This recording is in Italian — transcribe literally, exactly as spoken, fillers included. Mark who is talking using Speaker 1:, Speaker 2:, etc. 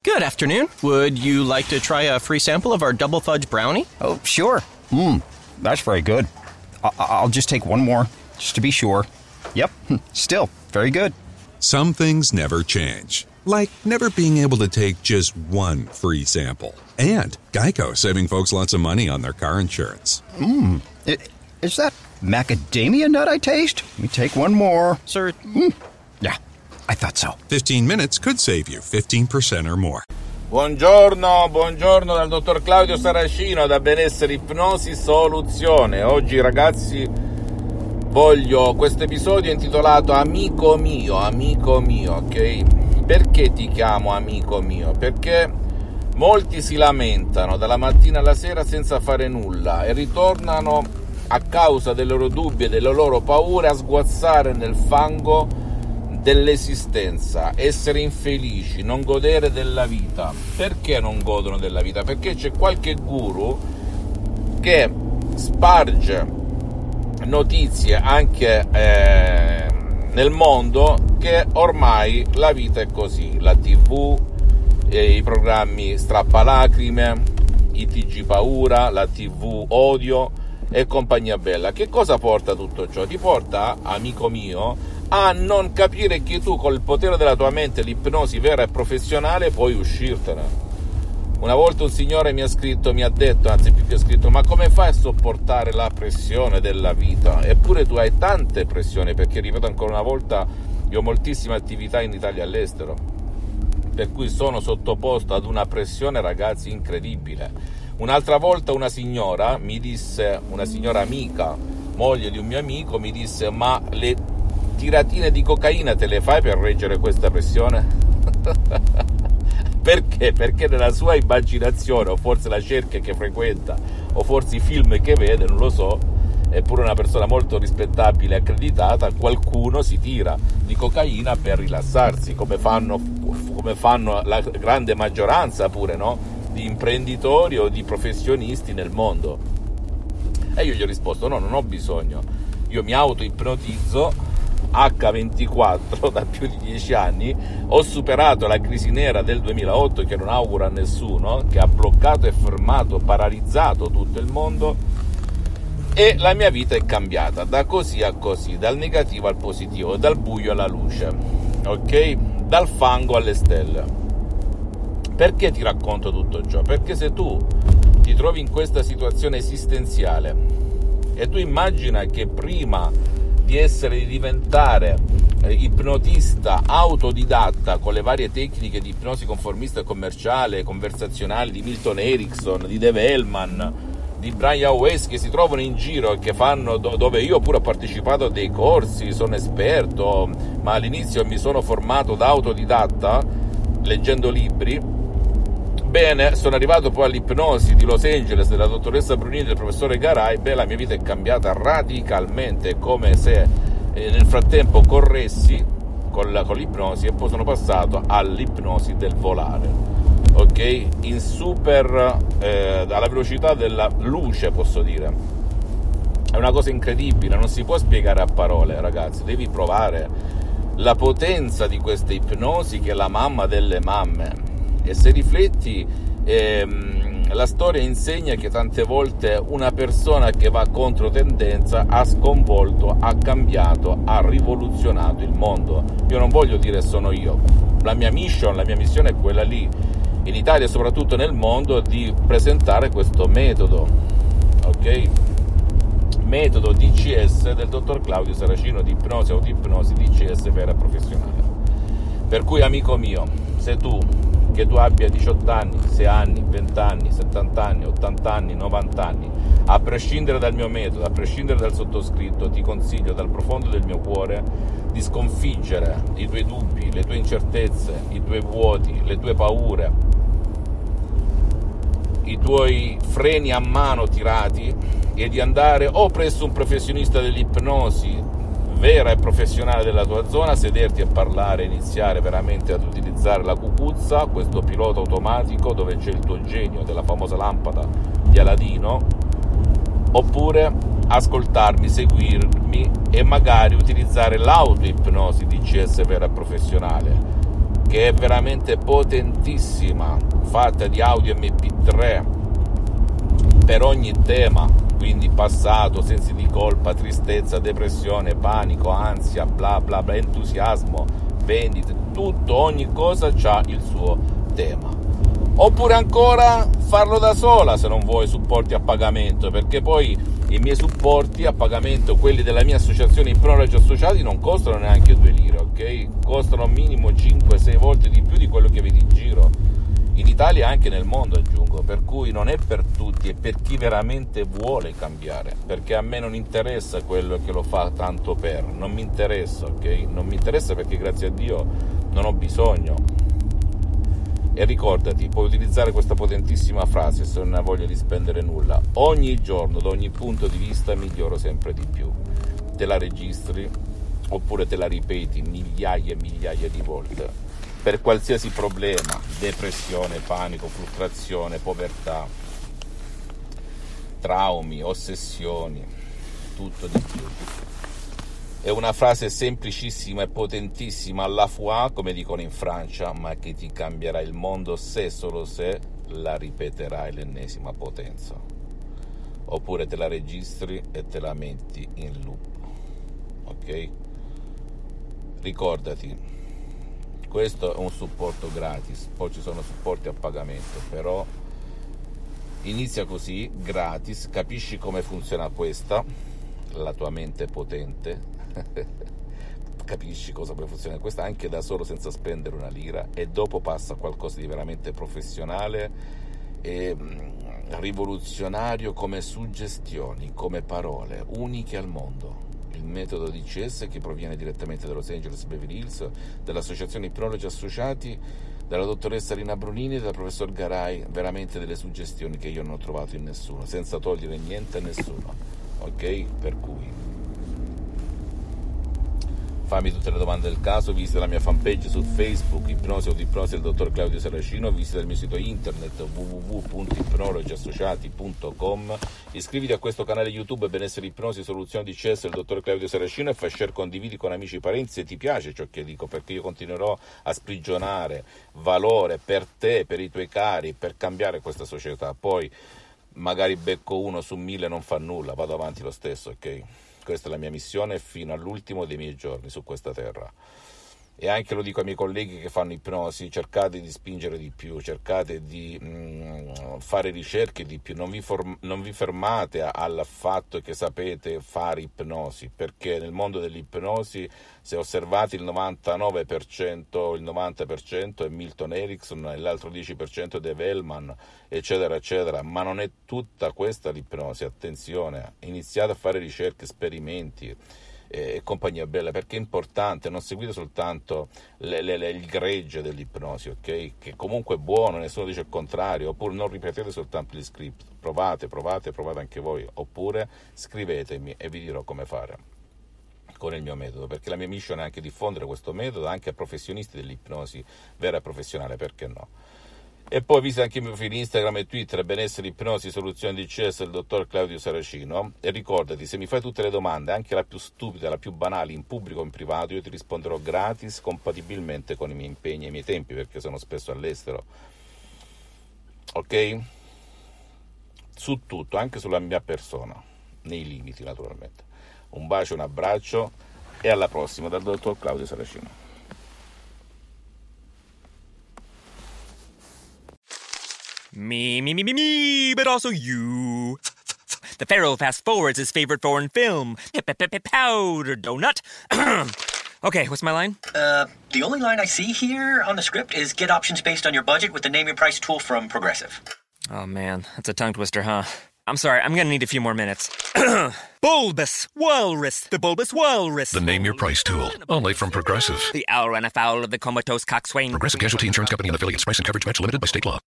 Speaker 1: Good afternoon. Would you like to try a free sample of our double fudge brownie?
Speaker 2: Oh, sure. Mmm, that's very good. I- I'll just take one more, just to be sure. Yep, still very good.
Speaker 3: Some things never change, like never being able to take just one free sample. And Geico saving folks lots of money on their car insurance.
Speaker 2: Mmm, is that macadamia nut I taste? Let me take one more.
Speaker 1: Sir?
Speaker 2: Mm. Yeah, I thought so.
Speaker 3: fifteen minutes could save you fifteen percent or more.
Speaker 4: Buongiorno, buongiorno dal dottor Claudio Saracino da Benessere Ipnosi Soluzione. Oggi ragazzi voglio, questo episodio è intitolato Amico mio, amico mio, ok? Perché ti chiamo amico mio? Perché molti si lamentano dalla mattina alla sera senza fare nulla e ritornano a causa dei loro dubbi e delle loro paure a sguazzare nel fango dell'esistenza, essere infelici, non godere della vita. Perché non godono della vita? Perché c'è qualche guru che sparge notizie anche eh, nel mondo che ormai la vita è così, la tivù, eh, i programmi strappalacrime, i T G paura, la tivù odio e compagnia bella. Che cosa porta tutto ciò? Ti porta, amico mio, a non capire che tu col potere della tua mente, l'ipnosi vera e professionale, puoi uscirtene. Una volta un signore mi ha scritto, mi ha detto, anzi più che ha scritto, ma come fai a sopportare la pressione della vita? Eppure tu hai tante pressioni, perché ripeto ancora una volta, io ho moltissime attività in Italia e all'estero, per cui sono sottoposto ad una pressione, ragazzi, incredibile. Un'altra volta una signora mi disse, una signora amica, moglie di un mio amico, mi disse, ma le tiratine di cocaina te le fai per reggere questa pressione? Perché? Perché nella sua immaginazione, o forse la cerchia che frequenta, o forse i film che vede, non lo so, è pure una persona molto rispettabile e accreditata, qualcuno si tira di cocaina per rilassarsi, come fanno, come fanno la grande maggioranza pure, no? Di imprenditori o di professionisti nel mondo. E io gli ho risposto, no, non ho bisogno, io mi auto-ipnotizzo acca ventiquattro da più di dieci anni, ho superato la crisi nera del duemilaotto che non auguro a nessuno, che ha bloccato e fermato, paralizzato tutto il mondo, e la mia vita è cambiata da così a così, dal negativo al positivo, dal buio alla luce, ok? Dal fango alle stelle. Perché ti racconto tutto ciò? Perché se tu ti trovi in questa situazione esistenziale e tu immagina che prima di essere, di diventare eh, ipnotista autodidatta con le varie tecniche di ipnosi conformista e commerciale, conversazionali di Milton Erickson, di Dave Hellman, di Brian Weiss, che si trovano in giro e che fanno, do, dove io pure ho partecipato a dei corsi, sono esperto, ma all'inizio mi sono formato da autodidatta leggendo libri. Bene, sono arrivato poi all'ipnosi di Los Angeles della dottoressa Brunini e del professore Garay. Beh, la mia vita è cambiata radicalmente, è come se eh, nel frattempo corressi con, la, con l'ipnosi e poi sono passato all'ipnosi del volare, ok? In super, eh, alla velocità della luce, posso dire. È una cosa incredibile, non si può spiegare a parole, ragazzi, devi provare la potenza di questa ipnosi che è la mamma delle mamme. E se rifletti, ehm, la storia insegna che tante volte una persona che va contro tendenza ha sconvolto, ha cambiato, ha rivoluzionato il mondo. Io non voglio dire sono io, la mia mission, la mia missione è quella lì, in Italia e soprattutto nel mondo, di presentare questo metodo, ok? Metodo D C S del dottor Claudio Saracino, di ipnosi, autoipnosi, D C S vera e professionale. Per cui, amico mio, se tu che tu abbia diciotto anni, sei anni, venti anni, settanta anni, ottanta anni, novanta anni, a prescindere dal mio metodo, a prescindere dal sottoscritto, ti consiglio dal profondo del mio cuore di sconfiggere i tuoi dubbi, le tue incertezze, i tuoi vuoti, le tue paure, i tuoi freni a mano tirati, e di andare o presso un professionista dell'ipnosi vera e professionale della tua zona, sederti a parlare, iniziare veramente ad utilizzare la cucuzza, questo pilota automatico dove c'è il tuo genio della famosa lampada di Aladino, oppure ascoltarmi, seguirmi e magari utilizzare l'autoipnosi D C S vera e professionale, che è veramente potentissima, fatta di audio emme pi tre per ogni tema, quindi passato, sensi di colpa, tristezza, depressione, panico, ansia, bla bla bla, entusiasmo, vendite, tutto, ogni cosa c'ha il suo tema. Oppure ancora farlo da sola se non vuoi supporti a pagamento, perché poi i miei supporti a pagamento, quelli della mia associazione Ipnologi Associati, non costano neanche due lire, ok? Costano minimo cinque sei volte di più di quello che vedi in giro, in Italia e anche nel mondo, aggiungo, per cui non è per tutti, è per chi veramente vuole cambiare, perché a me non interessa quello che lo fa tanto per, non mi interessa, ok? Non mi interessa perché grazie a Dio non ho bisogno. E ricordati, puoi utilizzare questa potentissima frase se non hai voglia di spendere nulla. Ogni giorno, da ogni punto di vista, miglioro sempre di più. Te la registri oppure te la ripeti migliaia e migliaia di volte. Per qualsiasi problema, depressione, panico, frustrazione, povertà, traumi, ossessioni, tutto di più. È una frase semplicissima e potentissima alla fois, come dicono in Francia, ma che ti cambierà il mondo se solo se la ripeterai l'ennesima potenza. Oppure te la registri e te la metti in loop. Ok? Ricordati, questo è un supporto gratis, poi ci sono supporti a pagamento, però inizia così, gratis, capisci come funziona questa, la tua mente potente, capisci cosa può funzionare questa anche da solo senza spendere una lira, e dopo passa a qualcosa di veramente professionale e rivoluzionario, come suggestioni, come parole uniche al mondo. Il metodo D C S, che proviene direttamente da Los Angeles Beverly Hills, dell'associazione Ipnologi Associati, dalla dottoressa Rina Brunini e dal professor Garay, veramente delle suggestioni che io non ho trovato in nessuno, senza togliere niente a nessuno, ok? Per cui fammi tutte le domande del caso, visita la mia fanpage su Facebook, Ipnosi o Ipnosi del dottor Claudio Saracino, visita il mio sito internet w w w punto ipnologi associati punto com, iscriviti a questo canale YouTube Benessere Ipnosi Soluzioni D C S del dottor Claudio Saracino e fai share, condividi con amici e parenti se ti piace ciò che dico, perché io continuerò a sprigionare valore per te, per i tuoi cari, per cambiare questa società. Poi magari becco uno su mille, non fa nulla, vado avanti lo stesso, ok? Questa è la mia missione fino all'ultimo dei miei giorni su questa terra. E anche lo dico ai miei colleghi che fanno ipnosi: cercate di spingere di più, cercate di mh, fare ricerche di più, non vi, form- non vi fermate a- al fatto che sapete fare ipnosi, perché nel mondo dell'ipnosi, se osservate, il novantanove per cento, il novanta per cento è Milton Erickson e l'altro dieci per cento è Dave Hellman, eccetera eccetera, ma non è tutta questa l'ipnosi, attenzione, iniziate a fare ricerche, esperimenti e compagnia bella, perché è importante. Non seguite soltanto le, le, le, il gregge dell'ipnosi, ok? Che comunque è buono, nessuno dice il contrario. Oppure non ripetete soltanto gli script, provate, provate, provate anche voi, oppure scrivetemi e vi dirò come fare con il mio metodo, perché la mia mission è anche diffondere questo metodo anche a professionisti dell'ipnosi vera e professionale, perché no? E poi visita anche i miei profili Instagram e Twitter, Benessere Ipnosi Soluzioni D C S del dottor Claudio Saracino, e ricordati, se mi fai tutte le domande, anche la più stupida, la più banale, in pubblico o in privato, io ti risponderò gratis, compatibilmente con i miei impegni e i miei tempi, perché sono spesso all'estero, ok? Su tutto, anche sulla mia persona, nei limiti naturalmente. Un bacio, un abbraccio e alla prossima dal dottor Claudio Saracino.
Speaker 5: Me, me, me, me, me, but also you. The Pharaoh fast forwards his favorite foreign film, Powder Donut. Okay, what's my line?
Speaker 6: Uh, the only line I see here on the script is get options based on your budget with the Name Your Price tool from Progressive.
Speaker 5: Oh man, that's a tongue twister, huh? I'm sorry, I'm gonna need a few more minutes. Bulbous Walrus, the Bulbous Walrus.
Speaker 7: The Name Your Price tool, only from Progressive.
Speaker 5: The owl ran afoul of the comatose coxswain.
Speaker 7: Progressive Casualty Insurance Company and affiliates. Price and coverage match limited by state law.